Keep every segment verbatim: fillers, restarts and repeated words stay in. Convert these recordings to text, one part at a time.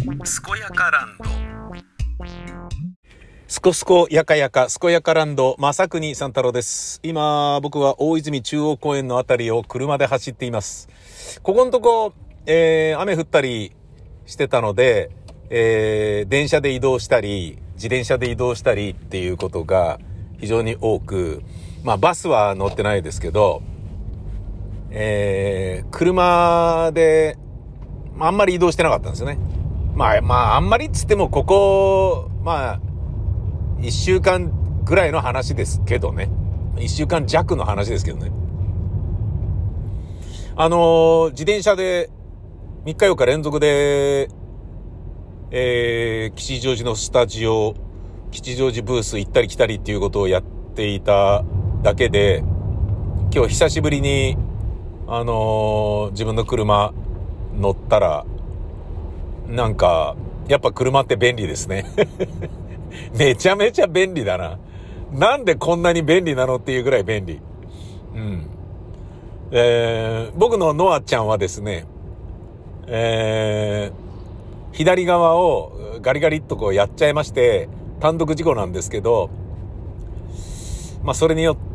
すこやかランド。すこすこやかやかすこやかランド正国三太郎です。今僕は大泉中央公園のあたりを車で走っています。ここのとこ、えー、雨降ったりしてたので、えー、電車で移動したり自転車で移動したりっていうことが非常に多く、まあバスは乗ってないですけど、えー、車であんまり移動してなかったんですよね。まあまああんまりっつってもここまあ一週間ぐらいの話ですけどね。一週間弱の話ですけどね。あのー、自転車でみっかよっか連続で、えー、吉祥寺のスタジオ、吉祥寺ブース行ったり来たりっていうことをやっていただけで、今日久しぶりにあのー、自分の車乗ったらなんかやっぱ車って便利ですね。めちゃめちゃ便利だな。なんでこんなに便利なのっていうぐらい便利。うん。えー、僕のノアちゃんはですね、えー、左側をガリガリっとこうやっちゃいまして、単独事故なんですけど、まあそれによって、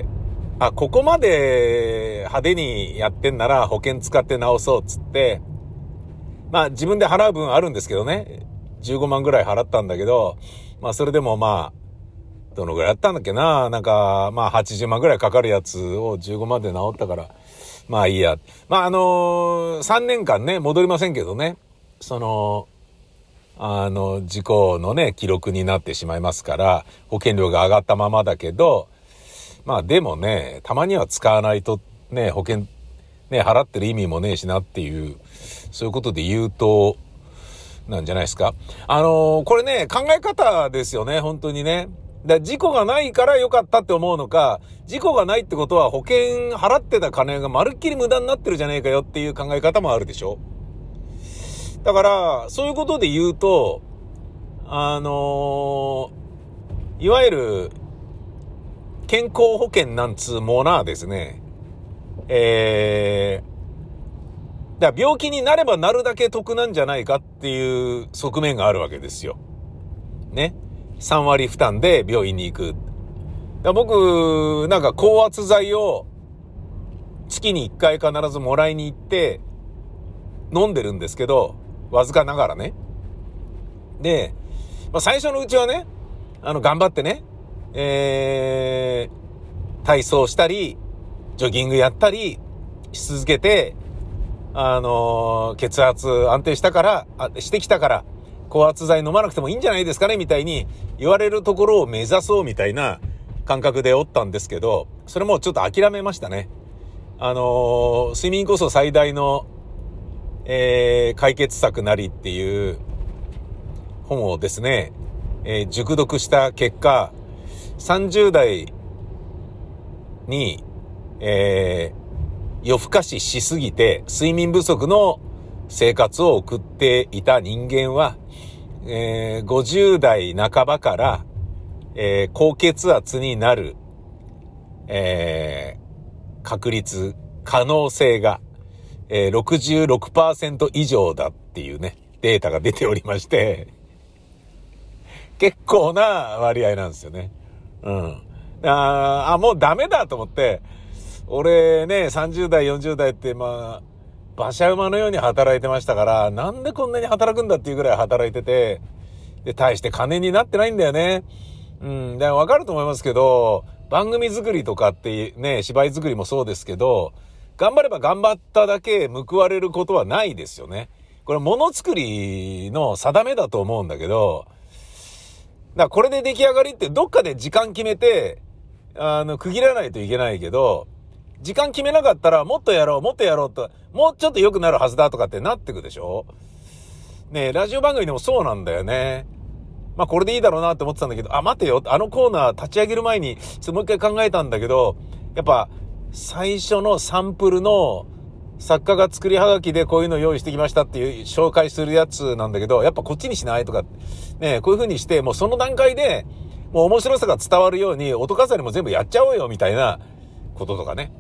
あ、ここまで派手にやってんなら保険使って直そうっつって、まあ自分で払う分あるんですけどね、じゅうごまんぐらい払ったんだけど、まあそれでもまあどのぐらいやったんだっけな、なんかまあはちじゅうまんぐらいかかるやつをじゅうごまんで直ったから、まあいいや。まああのー、さんねんかんね戻りませんけどね、そのあの事故のね記録になってしまいますから保険料が上がったままだけど、まあでもねたまには使わないとね保険ね払ってる意味もねえしなっていう、そういうことで言うとなんじゃないですか。あのー、これね、考え方ですよね、本当にね。だ事故がないから良かったって思うのか、事故がないってことは保険払ってた金がまるっきり無駄になってるじゃねえかよっていう考え方もあるでしょ。だから、そういうことで言うと、あのー、いわゆる、健康保険なんつうものはですね、えー、だから病気になればなるだけ得なんじゃないかっていう側面があるわけですよ。ね。さんわり負担で病院に行く。だから僕、なんか高圧剤を月にいっかい必ずもらいに行って飲んでるんですけど、わずかながらね。で、まあ、最初のうちはね、あの、頑張ってね、えー、体操したり、ジョギングやったりし続けて、あのー、血圧安定したから、あ、してきたから、高圧剤飲まなくてもいいんじゃないですかねみたいに言われるところを目指そうみたいな感覚でおったんですけど、それもちょっと諦めましたね。あのー、睡眠こそ最大の、えー、解決策なりっていう本をですね、えー、熟読した結果、さんじゅう代に、えー、夜更かししすぎて睡眠不足の生活を送っていた人間は、えー、ごじゅう代半ばから、えー、高血圧になる、えー、確率、可能性が、えー、ろくじゅうろくパーセント 以上だっていうね、データが出ておりまして、結構な割合なんですよね。うん。ああ、もうダメだと思って、俺ね、さんじゅう代、よんじゅう代って、まあ、馬車馬のように働いてましたから、なんでこんなに働くんだっていうぐらい働いてて、で、大して金になってないんだよね。うん、で、わかると思いますけど、番組作りとかってね、芝居作りもそうですけど、頑張れば頑張っただけ報われることはないですよね。これ、ものづくりの定めだと思うんだけど、だからこれで出来上がりってどっかで時間決めて、あの、区切らないといけないけど、時間決めなかったらもっとやろうもっとやろうともうちょっと良くなるはずだとかってなってくでしょ。ねえ、ラジオ番組でもそうなんだよね。まあこれでいいだろうなって思ってたんだけど、あ待てよ、あのコーナー立ち上げる前にちょっともう一回考えたんだけど、やっぱ最初のサンプルの作家が作りはがきでこういうの用意してきましたっていう紹介するやつなんだけど、やっぱこっちにしないとかねえ、こういう風にしてもうその段階でもう面白さが伝わるように音飾りも全部やっちゃおうよみたいなこととかね。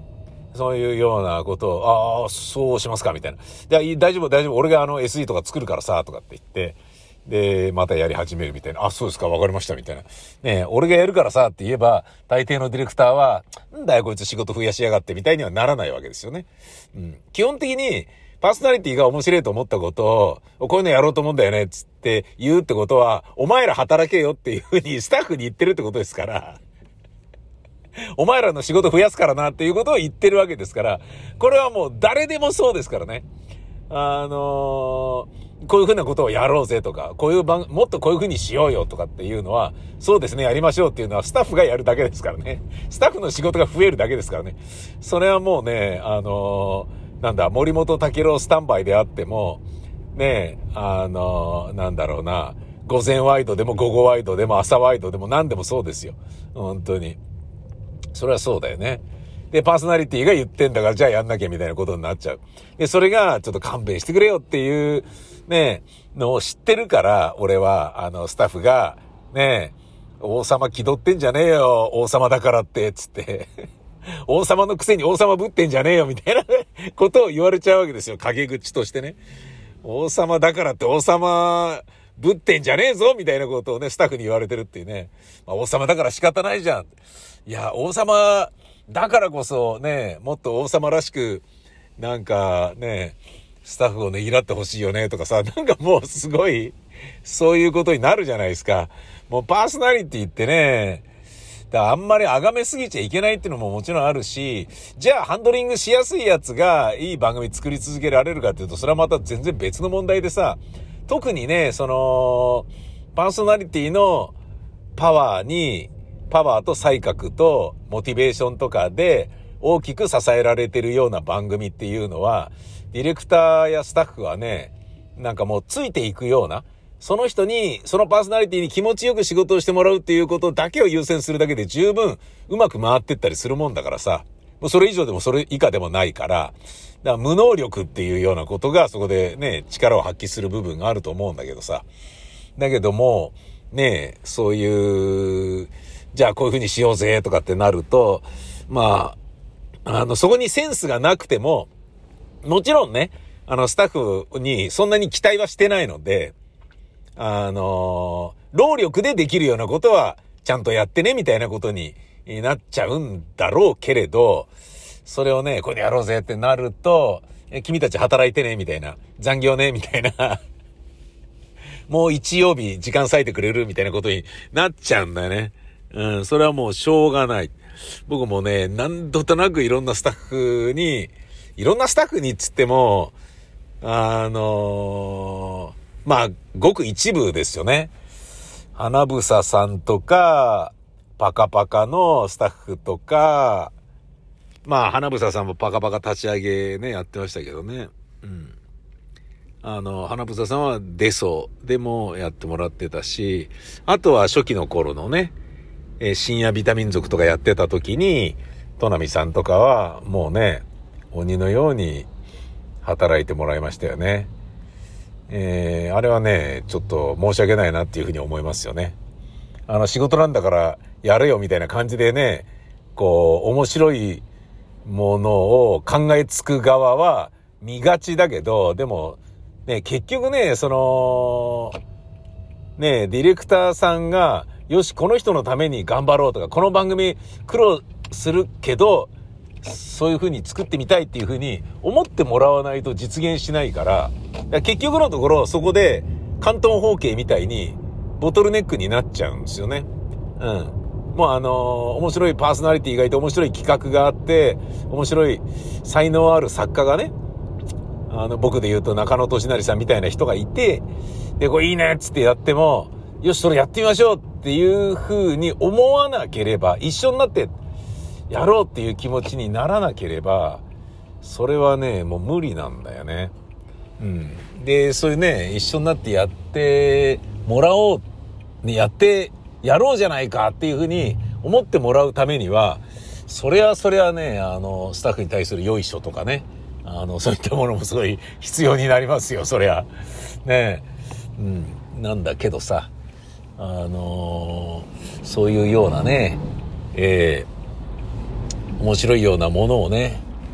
そういうようなことを、ああ、そうしますかみたいな。で、大丈夫、大丈夫。俺があの エスイー とか作るからさ、とかって言って、で、またやり始めるみたいな。あ、そうですか、わかりました、みたいな。ねえ、俺がやるからさって言えば、大抵のディレクターは、んだよ、こいつ仕事増やしやがって、みたいにはならないわけですよね。うん。基本的に、パーソナリティが面白いと思ったことを、こういうのやろうと思うんだよね、つって言うってことは、お前ら働けよっていうふうにスタッフに言ってるってことですから、お前らの仕事増やすからなっていうことを言ってるわけですから、これはもう誰でもそうですからね。あのー、こういうふうなことをやろうぜとか、こういう番、もっとこういうふうにしようよとかっていうのは、そうですね、やりましょうっていうのはスタッフがやるだけですからね。スタッフの仕事が増えるだけですからね。それはもうね、あのー、なんだ、森本武郎スタンバイであっても、ね、あのー、なんだろうな、午前ワイドでも午後ワイドでも朝ワイドでも何でもそうですよ。本当に。それはそうだよね。で、パーソナリティが言ってんだからじゃあやんなきゃみたいなことになっちゃう。で、それがちょっと勘弁してくれよっていうね、のを知ってるから、俺は、あの、スタッフが、ね、王様気取ってんじゃねえよ、王様だからって、つって。王様のくせに王様ぶってんじゃねえよ、みたいなことを言われちゃうわけですよ。陰口としてね。王様だからって王様ぶってんじゃねえぞ、みたいなことをね、スタッフに言われてるっていうね。まあ、王様だから仕方ないじゃん。いや、王様だからこそね、もっと王様らしく、なんかね、スタッフをねぎらってほしいよねとかさ、なんかもうすごい、そういうことになるじゃないですか。もうパーソナリティってね、だからあんまり崇めすぎちゃいけないっていうのももちろんあるし、じゃあハンドリングしやすいやつがいい番組作り続けられるかっていうと、それはまた全然別の問題でさ、特にね、その、パーソナリティのパワーに、パワーと才覚とモチベーションとかで大きく支えられてるような番組っていうのは、ディレクターやスタッフはね、なんかもうついていくような、その人に、そのパーソナリティに気持ちよく仕事をしてもらうっていうことだけを優先するだけで十分うまく回ってったりするもんだからさ、もうそれ以上でもそれ以下でもないから、だから無能力っていうようなことがそこでね、力を発揮する部分があると思うんだけどさ。だけども、ね、そういう、じゃあこういう風にしようぜとかってなると、まあ、あの、そこにセンスがなくても、もちろんね、あの、スタッフにそんなに期待はしてないので、あの、労力でできるようなことはちゃんとやってね、みたいなことになっちゃうんだろうけれど、それをね、これでやろうぜってなると、え君たち働いてね、みたいな、残業ね、みたいな、もう一曜日時間割いてくれるみたいなことになっちゃうんだよね。うん、それはもうしょうがない。僕もね、何度となくいろんなスタッフに、いろんなスタッフにっつっても、あのー、まあ、ごく一部ですよね。花房さんとか、パカパカのスタッフとか、まあ、花房さんもパカパカ立ち上げね、やってましたけどね。うん。あの、花房さんはデソでもやってもらってたし、あとは初期の頃のね、えー、深夜ビタミン族とかやってた時に、トナミさんとかはもうね、鬼のように働いてもらいましたよね。えー、あれはね、ちょっと申し訳ないなっていうふうに思いますよね。あの、仕事なんだからやれよみたいな感じでね、こう、面白いものを考えつく側は見がちだけど、でも、ね、結局ね、その、ね、ディレクターさんが、よし、この人のために頑張ろうとか、この番組苦労するけど、そういう風に作ってみたいっていう風に思ってもらわないと実現しないから、から結局のところ、そこで関東方形みたいにボトルネックになっちゃうんですよね。うん。もうあのー、面白いパーソナリティがいて、面白い企画があって、面白い才能ある作家がね、あの、僕で言うと中野俊成さんみたいな人がいて、で、これいいねっつってやっても、よし、それやってみましょうっていう風に思わなければ、一緒になってやろうっていう気持ちにならなければ、それはね、もう無理なんだよね。うん。で、そういうね、一緒になってやってもらおう、ね、やって、やろうじゃないかっていう風に思ってもらうためには、それはそれはね、あの、スタッフに対する良い書とかね、あの、そういったものもすごい必要になりますよ、そりゃ。ねえ。うん。なんだけどさ、あのー、そういうようなね、えー、面白いようなものをね、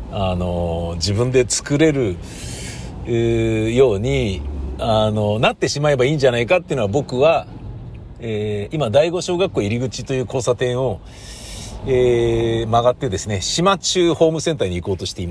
あの、自分で作れる、えー、ように、あの、なってしまえばいいんじゃないかっていうのは僕は、えー、今、第五小学校入り口という交差点を、えー、曲がってですね、島中ホームセンターに行こうとしています。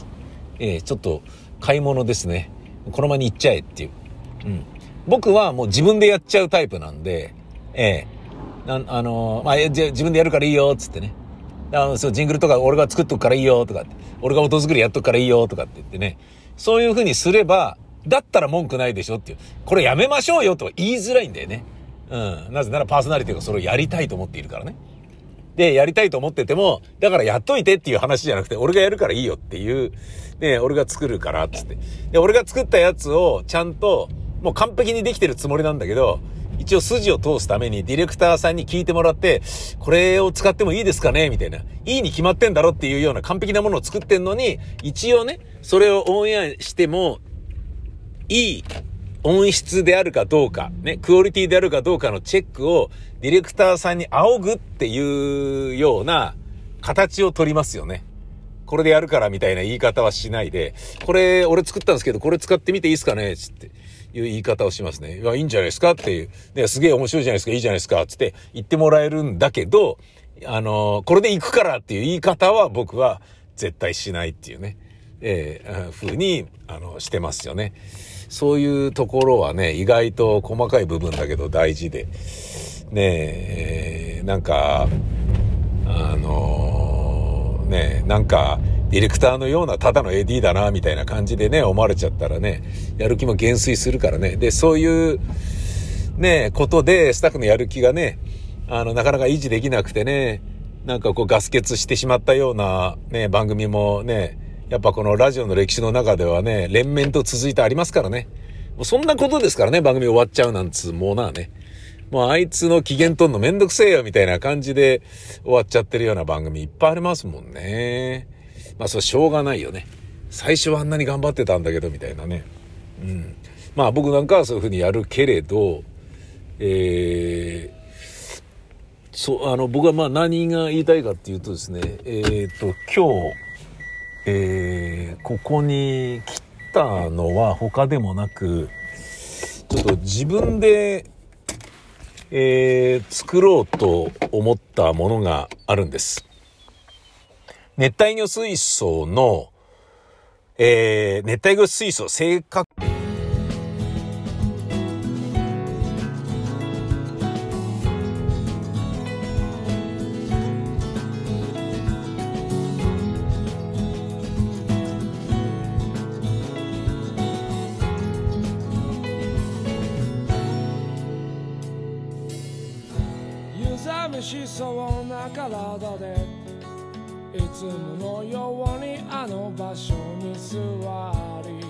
えー、ちょっと買い物ですね。このままに行っちゃえっていう。うん。僕はもう自分でやっちゃうタイプなんで、えー、なあのー、まあ、じゃ自分でやるからいいよ、つってね。あの、そう、ジングルとか俺が作っとくからいいよ、とかって。俺が音作りやっとくからいいよ、とかって言ってね。そういう風にすれば、だったら文句ないでしょっていう。これやめましょうよとは言いづらいんだよね。うん。なぜならパーソナリティがそれをやりたいと思っているからね。で、やりたいと思ってても、だからやっといてっていう話じゃなくて、俺がやるからいいよっていう、ね、俺が作るから、つって。で、俺が作ったやつをちゃんと、もう完璧にできてるつもりなんだけど、一応筋を通すためにディレクターさんに聞いてもらって、これを使ってもいいですかねみたいな。いいに決まってんだろっていうような完璧なものを作ってんのに、一応ね、それをオンエアしても、いい音質であるかどうか、ね、クオリティであるかどうかのチェックをディレクターさんに仰ぐっていうような形を取りますよね。これでやるからみたいな言い方はしないで、これ俺作ったんですけど、これ使ってみていいですかねつっていう言い方をしますね。いや、いいんじゃないですかっていう。で、すげえ面白いじゃないですか、いいじゃないですかつって言ってもらえるんだけど、あのー、これで行くからっていう言い方は僕は絶対しないっていうね、えー、風に、あの、してますよね。そういうところはね、意外と細かい部分だけど大事で、ねえ、なんか、あのー、ねなんか、ディレクターのようなただの エーディー だな、みたいな感じでね、思われちゃったらね、やる気も減衰するからね。で、そういう、ね、ことで、スタッフのやる気がね、あの、なかなか維持できなくてね、なんかこうガス欠してしまったようなね、番組もね、やっぱこのラジオの歴史の中ではね、連綿と続いてありますからね。もうそんなことですからね、番組終わっちゃうなんつう、もうなね。もうあいつの機嫌取んのめんどくせえよみたいな感じで終わっちゃってるような番組いっぱいありますもんね。まあそれしょうがないよね。最初はあんなに頑張ってたんだけどみたいなね。うん。まあ僕なんかはそういう風にやるけれど、えー、そう、あの僕はまあ何が言いたいかっていうとですね、えーと、今日、えー、ここに来たのは他でもなく、ちょっと自分で、えー、作ろうと思ったものがあるんです。熱帯魚水槽の、えー、熱帯魚水槽正確しそうな体でいつものようにあの場所に座り、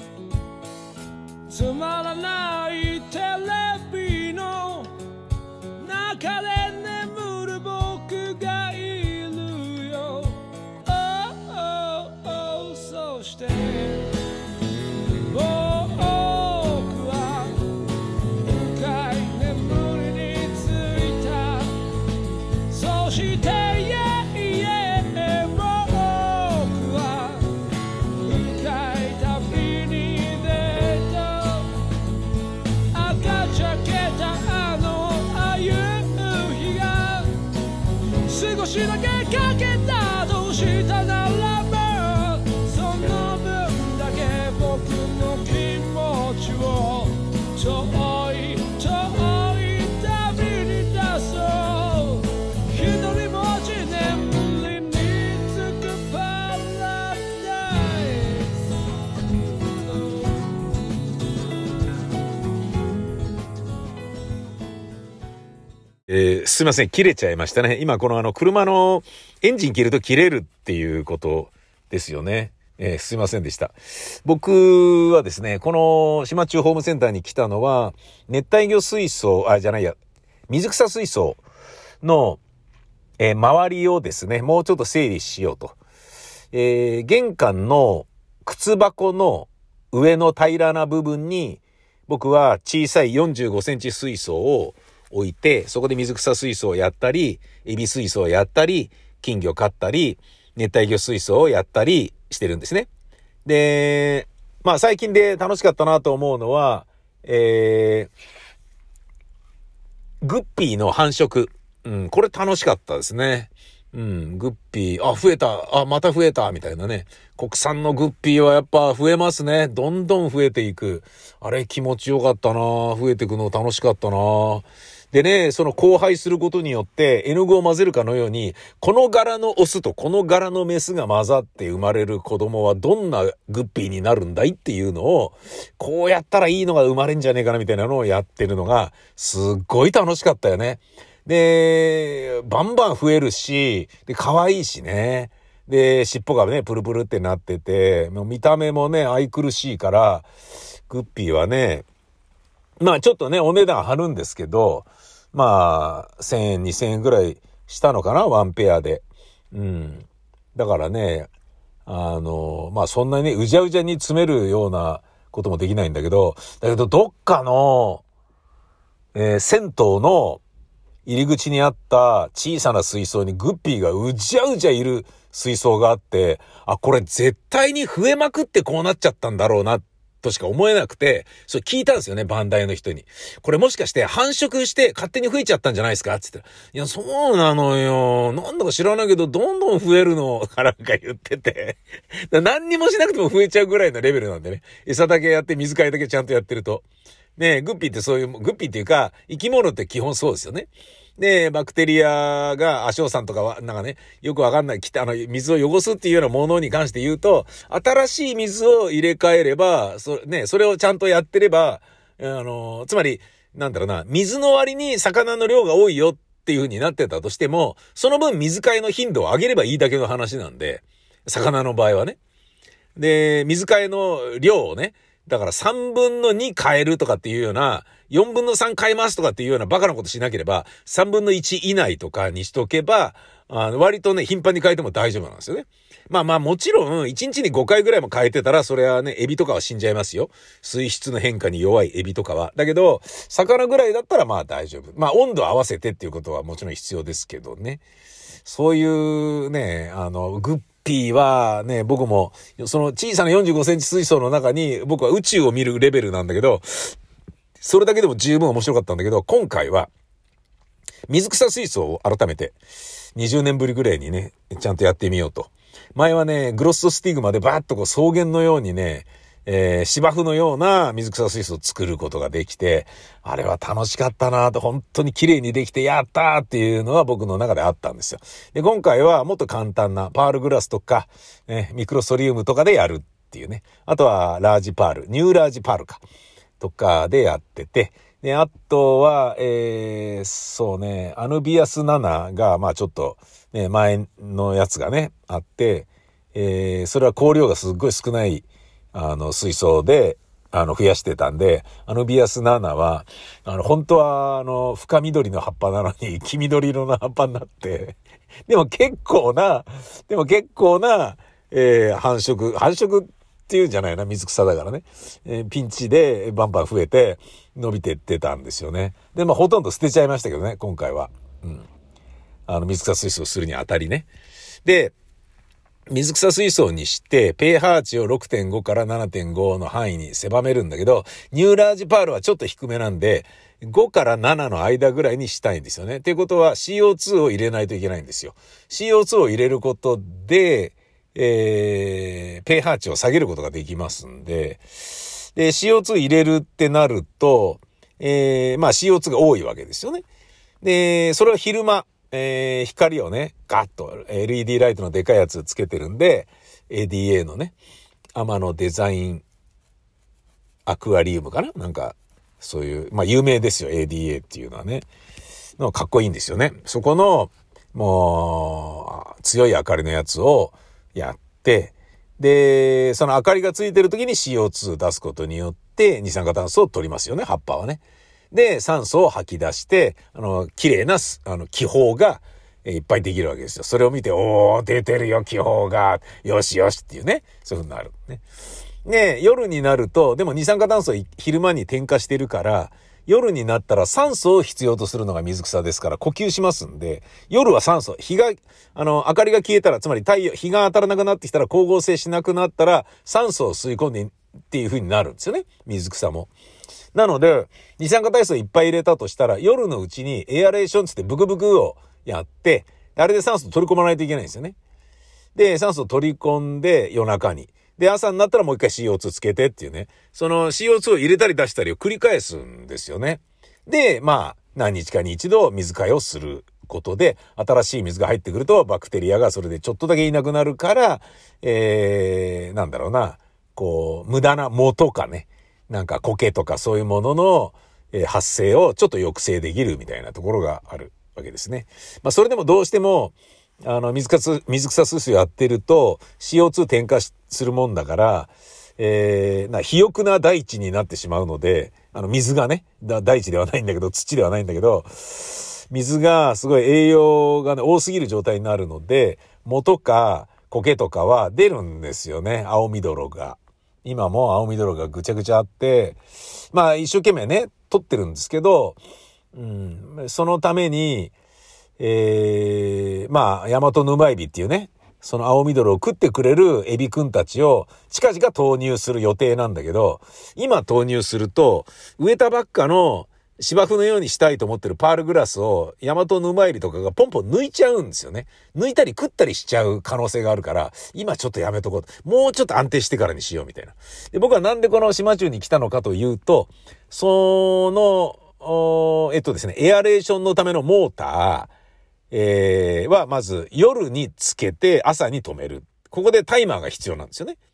つまらないテレビの中で眠る僕がいるよ、oh, oh, oh, そして少しだけかけたとしたならば、その分だけ僕の気持ちを遠い遠い旅に出そう。一人ぼっち眠りにつくパラダイス。 えー、すいません、切れちゃいましたね。今このあの車のエンジン切ると切れるっていうことですよね。えー、すいませんでした。僕はですね、この島中ホームセンターに来たのは熱帯魚水槽、あ、じゃないや、水草水槽の、えー、周りをですね、もうちょっと整理しようと。えー、玄関の靴箱の上の平らな部分に僕は小さいよんじゅうごセンチ水槽を置いて、そこで水草水槽をやったり、エビ水槽をやったり、金魚飼ったり、 熱帯魚水槽をやったりしてるんですね。で、まあ最近で楽しかったなと思うのは、えー、グッピーの繁殖。うん、これ楽しかったですね。うん、グッピー、あ、増えた、あ、また増えた、みたいなね。国産のグッピーはやっぱ増えますね。どんどん増えていく。あれ気持ちよかったな。増えていくの楽しかったな。でね、その交配することによって絵の具を混ぜるかのように、この柄のオスとこの柄のメスが混ざって生まれる子供はどんなグッピーになるんだいっていうのを、こうやったらいいのが生まれんじゃねえかなみたいなのをやってるのが、すっごい楽しかったよね。で、バンバン増えるし、で、可愛いしね。で、尻尾がね、プルプルってなってて、もう見た目もね、愛くるしいから、グッピーはね、まあちょっとね、お値段張るんですけど、まあ、せんえん、にせんえんぐらいしたのかな、ワンペアで。うん。だからね、あの、まあそんなにね、うじゃうじゃに詰めるようなこともできないんだけど、だけどどっかの、えー、銭湯の入り口にあった小さな水槽にグッピーがうじゃうじゃいる水槽があって、あ、これ絶対に増えまくってこうなっちゃったんだろうなとしか思えなくて、それ聞いたんですよね、バンダイの人に。これもしかして繁殖して勝手に増えちゃったんじゃないですかって言ったら、いや、そうなのよ。なんだか知らないけど、どんどん増えるの、かなんか言ってて。何にもしなくても増えちゃうぐらいのレベルなんでね。餌だけやって水替えだけちゃんとやってると。ねえ、グッピーってそういう、グッピーっていうか、生き物って基本そうですよね。で、バクテリアが、アショウさんとかは、なんかね、よくわかんない、きた、あの、水を汚すっていうようなものに関して言うと、新しい水を入れ替えれば、そ、ね、それをちゃんとやってれば、あの、つまり、なんだろうな、水の割に魚の量が多いよっていう風になってたとしても、その分水替えの頻度を上げればいいだけの話なんで、魚の場合はね。で、水替えの量をね、だからさんぶんのに変えるとかっていうような、よんぶんのさん変えますとかっていうようなバカなことしなければ、さんぶんのいち以内とかにしとけば、あの割とね、頻繁に変えても大丈夫なんですよね。まあまあもちろん、いちにちにごかいぐらいも変えてたら、それはね、エビとかは死んじゃいますよ。水質の変化に弱いエビとかは。だけど、魚ぐらいだったらまあ大丈夫。まあ温度合わせてっていうことはもちろん必要ですけどね。そういうね、あの、グッピーはね、僕も、その小さなよんじゅうごセンチ水槽の中に僕は宇宙を見るレベルなんだけど、それだけでも十分面白かったんだけど、今回は、水草水槽を改めて、にじゅうねんぶりぐらいにね、ちゃんとやってみようと。前はね、グロッソスティグマでバーッとこう草原のようにね、えー、芝生のような水草水槽を作ることができて、あれは楽しかったなと、本当に綺麗にできてやったーっていうのは僕の中であったんですよ。で、今回はもっと簡単なパールグラスとか、ね、ミクロストリウムとかでやるっていうね。あとはラージパール、ニューラージパールか、とかでやってて、で、あとは、えー、そうね、アヌビアスななが、まあちょっと、ね、前のやつがね、あって、えー、それは香料がすっごい少ない、あの、水槽で、あの、増やしてたんで、アヌビアスナーナは、あの、本当は、あの、深緑の葉っぱなのに、黄緑色の葉っぱになって、でも結構な、でも結構な、えー、繁殖、繁殖っていうんじゃないな、水草だからね。えー、ピンチでバンバン増えて、伸びてってたんですよね。で、まあ、ほとんど捨てちゃいましたけどね、今回は。うん。あの、水草水槽するにあたりね。で、水草水槽にして、pH 値を ろくてんご から ななてんご の範囲に狭めるんだけど、ニューラージパールはちょっと低めなんで、ごからななの間ぐらいにしたいんですよね。っていうことは シーオーツー を入れないといけないんですよ。シーオーツー を入れることで、えー、pH 値を下げることができますんで、で、シーオーツー 入れるってなると、えー、まあ シーオーツー が多いわけですよね。で、それは昼間、えー、光をね、ガッと エルイーディー ライトのでかいやつつけてるんで、エーディーエー のね、アマノデザインアクアリウムかななんか、そういう、まあ有名ですよ、エーディーエー っていうのはね。のかっこいいんですよね。そこの、もう、強い明かりのやつをやって、で、その明かりがついてる時に シーオーツー 出すことによって二酸化炭素を取りますよね、葉っぱはね。で、酸素を吐き出して、あの、綺麗な、あの、気泡がいっぱいできるわけですよ。それを見て、おー、出てるよ、気泡が。よしよしっていうね。そういう風になる。ね。で、夜になると、でも二酸化炭素を昼間に添加してるから、 夜になったら酸素を必要とするのが水草ですから呼吸しますんで、夜は酸素、日が、あの、明かりが消えたら、つまり太陽、日が当たらなくなってきたら、光合成しなくなったら、酸素を吸い込んでっていう風になるんですよね。水草も。なので、二酸化炭素をいっぱい入れたとしたら、夜のうちにエアレーションつってブクブクをやって、あれで酸素を取り込まないといけないんですよね。で、酸素を取り込んで夜中に。で、朝になったらもう一回 シーオーツー つけてっていうね。その シーオーツー を入れたり出したりを繰り返すんですよね。で、まあ、何日かに一度水替えをすることで、新しい水が入ってくるとバクテリアがそれでちょっとだけいなくなるから、えー、なんだろうな、こう、無駄な藻とかね、なんか苔とかそういうものの発生をちょっと抑制できるみたいなところがあるわけですね。まあ、それでもどうしても、あの、水草、水草水素やってると シーオーツー 添加するもんだから、えー、な、肥沃な大地になってしまうので、あの、水がね、だ大地ではないんだけど、土ではないんだけど、水がすごい栄養がね、多すぎる状態になるので、藻とか苔とかは出るんですよね、青みどろが。今も青みどろがぐちゃぐちゃあって、まあ一生懸命ね、取ってるんですけど、うん、そのために、えー、まあ、ヤマトヌマエビっていうね、その青みどろを食ってくれるエビくんたちを近々投入する予定なんだけど、今投入すると、植えたばっかの芝生のようにしたいと思ってるパールグラスをヤマトヌマエビとかがポンポン抜いちゃうんですよね。抜いたり食ったりしちゃう可能性があるから、今ちょっとやめとこう。もうちょっと安定してからにしようみたいな。で、僕はなんでこの島中に来たのかというと、その、えっとですね、エアレーションのためのモーター、えー、はまず夜につけて朝に止める。ここでタイマーが必要なんですよね。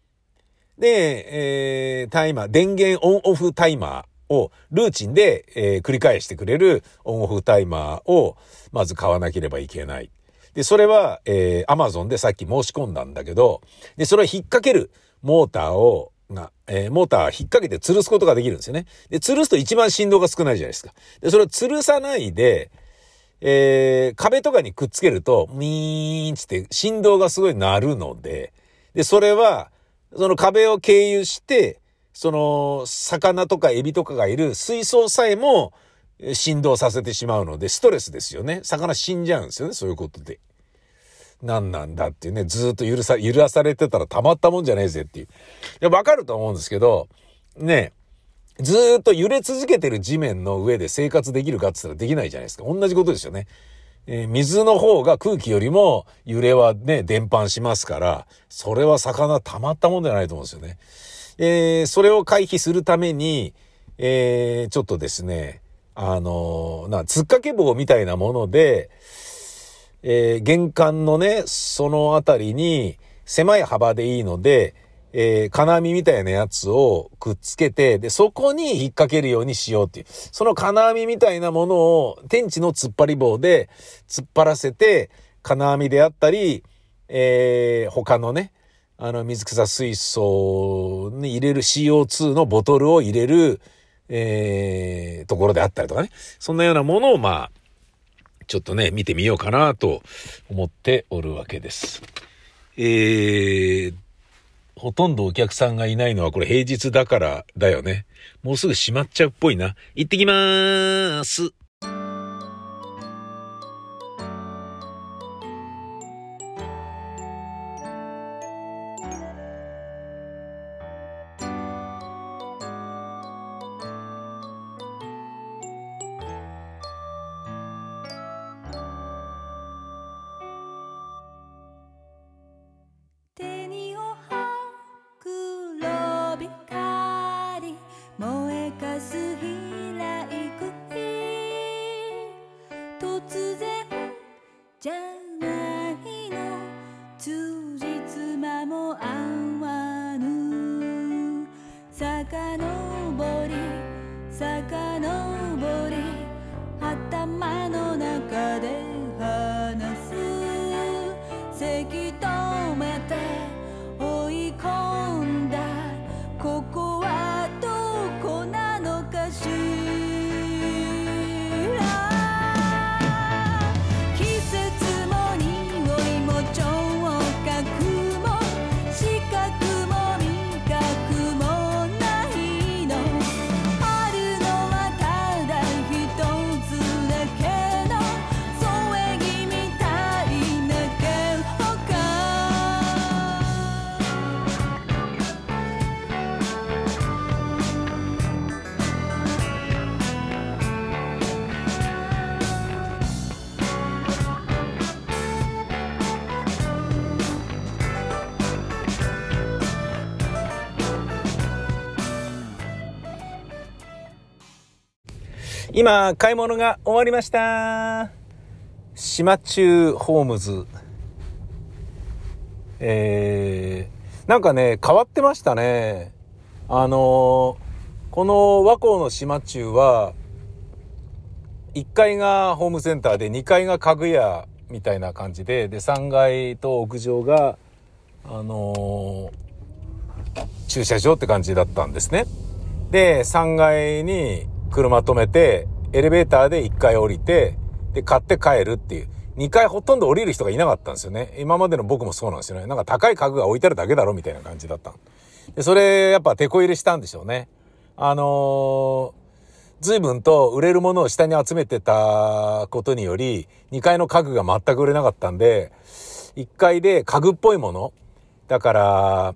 で、えー、タイマー、電源オンオフタイマーをルーチンで、えー、繰り返してくれるオンオフタイマーをまず買わなければいけない。で、それは、えー、Amazon でさっき申し込んだんだけど、で、それを引っ掛けるモーターを、が、えー、モーター引っ掛けて吊るすことができるんですよね。で、吊るすと一番振動が少ないじゃないですか。で、それを吊るさないで、えー、壁とかにくっつけると、ミーンつって振動がすごい鳴るので、で、それは、その壁を経由して、その、魚とかエビとかがいる水槽さえも振動させてしまうので、ストレスですよね。魚死んじゃうんですよね、そういうことで。何なんだっていうね、ずーっと揺らさ、揺らされてたらたまったもんじゃないぜっていう。いや、わかると思うんですけど、ね、ずーっと揺れ続けてる地面の上で生活できるかって言ったらできないじゃないですか。同じことですよね。えー、水の方が空気よりも揺れはね、伝播しますから、それは魚たまったもんじゃないと思うんですよね。えー、それを回避するために、えー、ちょっとですね、あのー、な、つっかけ棒みたいなもので、えー、玄関のね、そのあたりに狭い幅でいいので、えー、金網みたいなやつをくっつけて、で、そこに引っ掛けるようにしようっていう。その金網みたいなものを天地の突っ張り棒で突っ張らせて、金網であったり、えー、他のね、あの、水草水素に入れる シーオーツー のボトルを入れる、えー、ところであったりとかね。そんなようなものを、まあ、ちょっとね、見てみようかなと思っておるわけです。えー、ほとんどお客さんがいないのはこれ平日だからだよね。もうすぐ閉まっちゃうっぽいな。行ってきまーす。 春の今、買い物が終わりました。島中ホームズ。えー、なんかね、変わってましたね。あのー、この和光の島中は、いっかいがホームセンターでにかいが家具屋みたいな感じで、で、さんがいと屋上が、あのー、駐車場って感じだったんですね。で、さんがいに車止めて、エレベーターでいっかい降りて、で、買って帰るっていう。にかいほとんど降りる人がいなかったんですよね。今までの僕もそうなんですよね。なんか高い家具が置いてあるだけだろみたいな感じだった。で、それやっぱ手こ入れしたんでしょうね。あのー、随分と売れるものを下に集めてたことにより、にかいの家具が全く売れなかったんで、いっかいで家具っぽいもの。だから、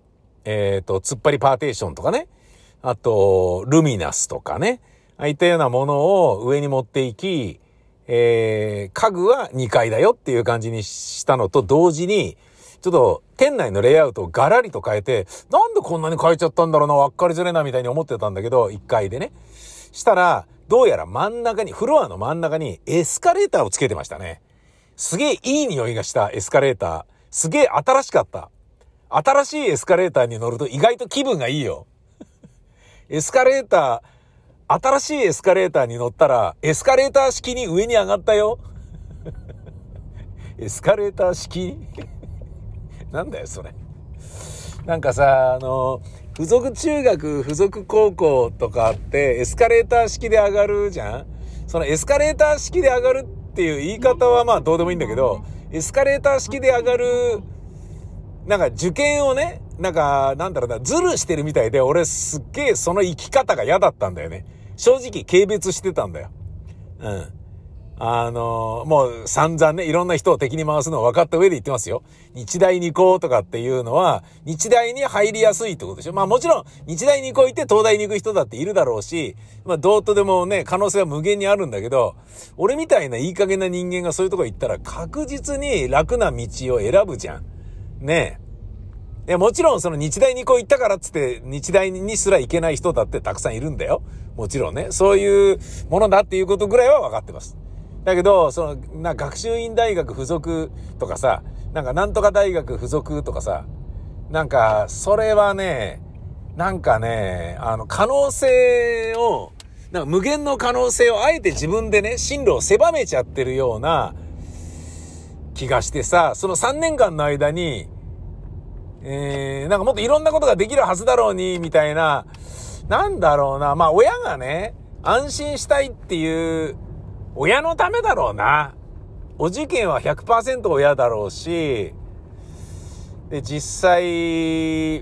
えっと、突っ張りパーテーションとかね。あと、ルミナスとかね。ああいったようなものを上に持っていき、えー、家具はにかいだよっていう感じにしたのと同時に、ちょっと店内のレイアウトをガラリと変えて、なんでこんなに変えちゃったんだろうな、わっかりづれなみたいに思ってたんだけど、いっかいでね。したら、どうやら真ん中に、フロアの真ん中にエスカレーターをつけてましたね。すげえいい匂いがしたエスカレーター。すげえ新しかった。新しいエスカレーターに乗ると意外と気分がいいよ。エスカレーター、新しいエスカレーターに乗ったら、エスカレーター式に上に上がったよ。エスカレーター式なんだよ、それ。なんかさ、あの、付属中学、付属高校とかってエスカレーター式で上がるじゃん？そのエスカレーター式で上がるっていう言い方はまあどうでもいいんだけど、エスカレーター式で上がる、なんか受験をね、なんか、なんだろうな、ズルしてるみたいで、俺すっげえその生き方が嫌だったんだよね。正直軽蔑してたんだよ。うん。あのー、もう散々ね、いろんな人を敵に回すのを分かった上で言ってますよ。日大二高とかっていうのは、日大に入りやすいってことでしょ。まあもちろん、日大二高行って東大に行く人だっているだろうし、まあどうとでもね、可能性は無限にあるんだけど、俺みたいないい加減な人間がそういうとこ行ったら確実に楽な道を選ぶじゃん。ねえ。いやもちろんその日大二高行ったからっつって日大にすら行けない人だってたくさんいるんだよ。もちろんね。そういうものだっていうことぐらいは分かってます。だけど、その、な、学習院大学附属とかさ、なんかなんとか大学附属とかさ、なんか、それはね、なんかね、あの、可能性を、なんか無限の可能性をあえて自分でね、進路を狭めちゃってるような気がしてさ、そのさんねんかんの間に、えー、なんかもっといろんなことができるはずだろうに、みたいな、なんだろうな、まあ親がね、安心したいっていう、親のためだろうな。お受験は ひゃくパーセント 親だろうし、で、実際、う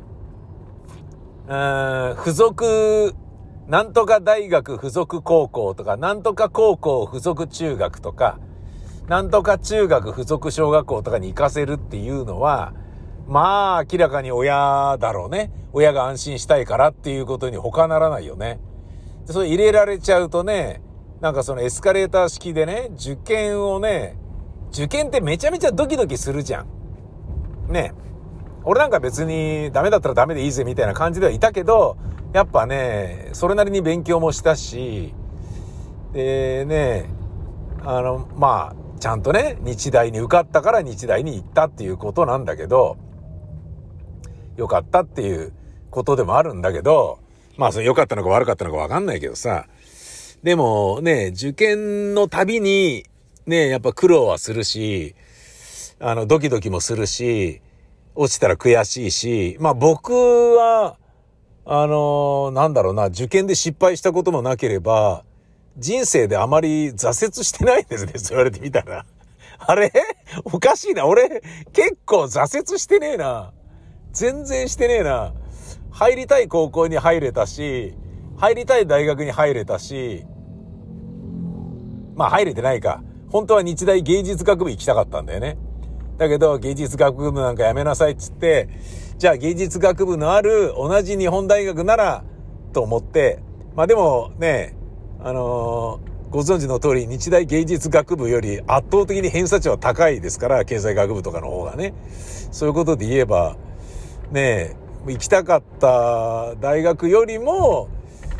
ーん、付属、なんとか大学付属高校とか、なんとか高校付属中学とか、なんとか中学付属小学校とかに行かせるっていうのは、まあ、明らかに親だろうね。親が安心したいからっていうことに他ならないよね。でそれ入れられちゃうとね、なんかそのエスカレーター式でね、受験をね、受験ってめちゃめちゃドキドキするじゃん。ね。俺なんか別にダメだったらダメでいいぜみたいな感じではいたけど、やっぱね、それなりに勉強もしたし、でね、あの、まあ、ちゃんとね、日大に受かったから日大に行ったっていうことなんだけど、よかったっていうことでもあるんだけど、まあ、それ良かったのか悪かったのか分かんないけどさ、でもね、受験のたびにね、やっぱ苦労はするし、あの、ドキドキもするし、落ちたら悔しいし、まあ僕は、あの、なんだろうな、受験で失敗したこともなければ、人生であまり挫折してないですね、そう言われてみたら。あれおかしいな、俺、結構挫折してねえな。全然してねえな。入りたい高校に入れたし、入りたい大学に入れたし、まあ入れてないか。本当は日大芸術学部行きたかったんだよね。だけど芸術学部なんかやめなさいっつって、じゃあ芸術学部のある同じ日本大学ならと思って、まあでもね、あのー、ご存知の通り日大芸術学部より圧倒的に偏差値は高いですから、経済学部とかの方がね。そういうことで言えば、ね、行きたかった大学よりも、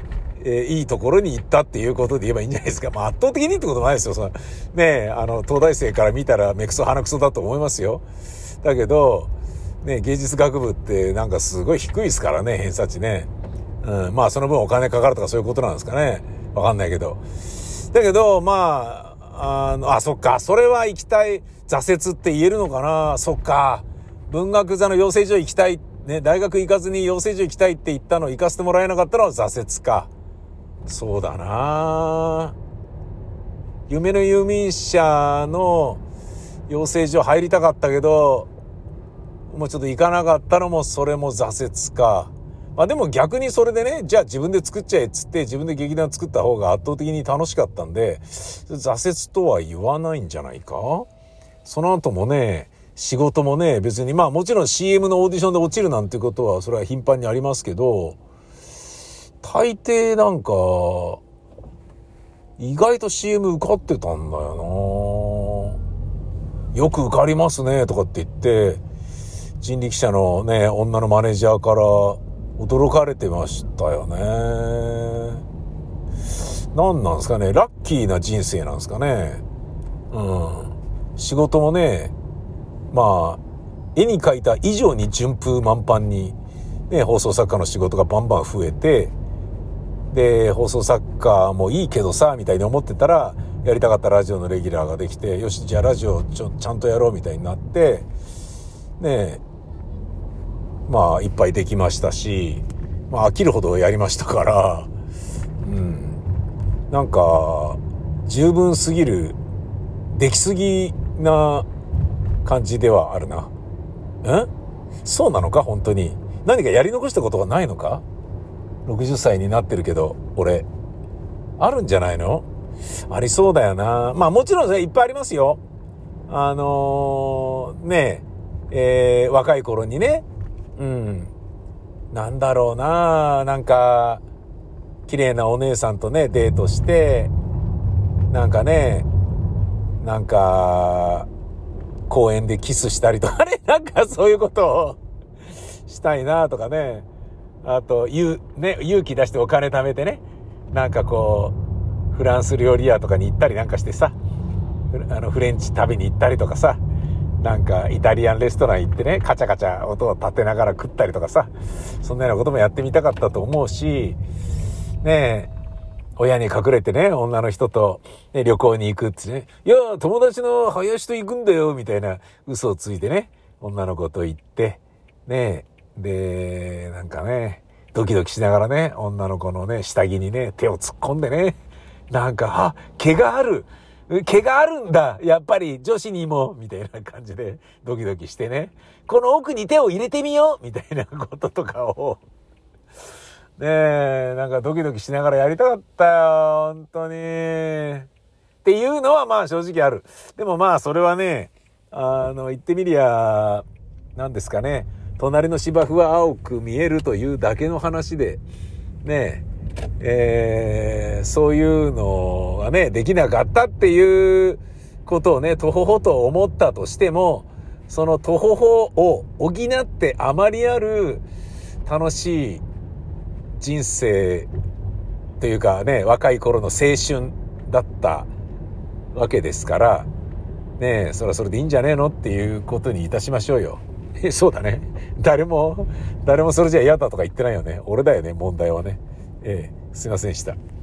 えー、いいところに行ったっていうことで言えばいいんじゃないですか。まあ圧倒的にってこともないですよ。そのねえ、あの、東大生から見たら目くそ鼻くそだと思いますよ。だけど、ね、芸術学部ってなんかすごい低いですからね、偏差値ね。うん、まあその分お金かかるとかそういうことなんですかね。わかんないけど。だけど、まあ、あの、あ、そっか、それは行きたい、挫折って言えるのかな。そっか、文学座の養成所行きたい、ね、大学行かずに養成所行きたいって言ったの行かせてもらえなかったのは挫折か。そうだな。夢の遊民者の養成所入りたかったけど、もうちょっと行かなかったのもそれも挫折か。まあでも逆にそれでね、じゃあ自分で作っちゃえっつって自分で劇団作った方が圧倒的に楽しかったんで、挫折とは言わないんじゃないか。その後もね、仕事もね、別にまあもちろん シーエム のオーディションで落ちるなんてことはそれは頻繁にありますけど、大抵なんか意外と シーエム 受かってたんだよな。よく受かりますねとかって言って人力車のね女のマネージャーから驚かれてましたよね。何なんですかね、ラッキーな人生なんですかね。うん、仕事もね、まあ絵に描いた以上に順風満帆にね、放送作家の仕事がバンバン増えて、で放送作家もいいけどさみたいに思ってたら、やりたかったラジオのレギュラーができて、よしじゃあラジオちょちゃんとやろうみたいになってね、まあいっぱいできましたし、まあ飽きるほどやりましたから、うん、なんか十分すぎる、できすぎな感じではあるな。ん？そうなのか本当に。何かやり残したことがないのか？ろくじゅっさいになってるけど俺あるんじゃないの？ありそうだよな。まあもちろんねいっぱいありますよ。あのー、ねええー、若い頃にね、うん、なんだろうな、なんか綺麗なお姉さんとねデートして、なんかね、なんか公園でキスしたりとかね、なんかそういうことをしたいなとかね。あと勇、ね、勇気出してお金貯めてね、なんかこうフランス料理屋とかに行ったりなんかしてさ、あのフレンチ食べに行ったりとかさ、なんかイタリアンレストラン行ってね、カチャカチャ音を立てながら食ったりとかさ、そんなようなこともやってみたかったと思うしね。え親に隠れてね、女の人と、ね、旅行に行くってね、いや友達の林と行くんだよみたいな嘘をついてね、女の子と行ってね、でなんかねドキドキしながらね、女の子のね下着にね手を突っ込んでね、なんかあ毛がある毛があるんだやっぱり女子にもみたいな感じでドキドキしてね、この奥に手を入れてみようみたいなこととかをねえ、なんかドキドキしながらやりたかったよ本当にっていうのはまあ正直ある。でもまあそれはね、あの言ってみりゃなんですかね、隣の芝生は青く見えるというだけの話でねえ、えー、そういうのがねできなかったっていうことをねとほほと思ったとしても、そのとほほを補ってあまりある楽しい人生というかね、若い頃の青春だったわけですからね、それはそれでいいんじゃねえのっていうことにいたしましょうよ。え、そうだね。誰も誰もそれじゃ嫌だとか言ってないよね。俺だよね問題はね。ええ、すいませんでした。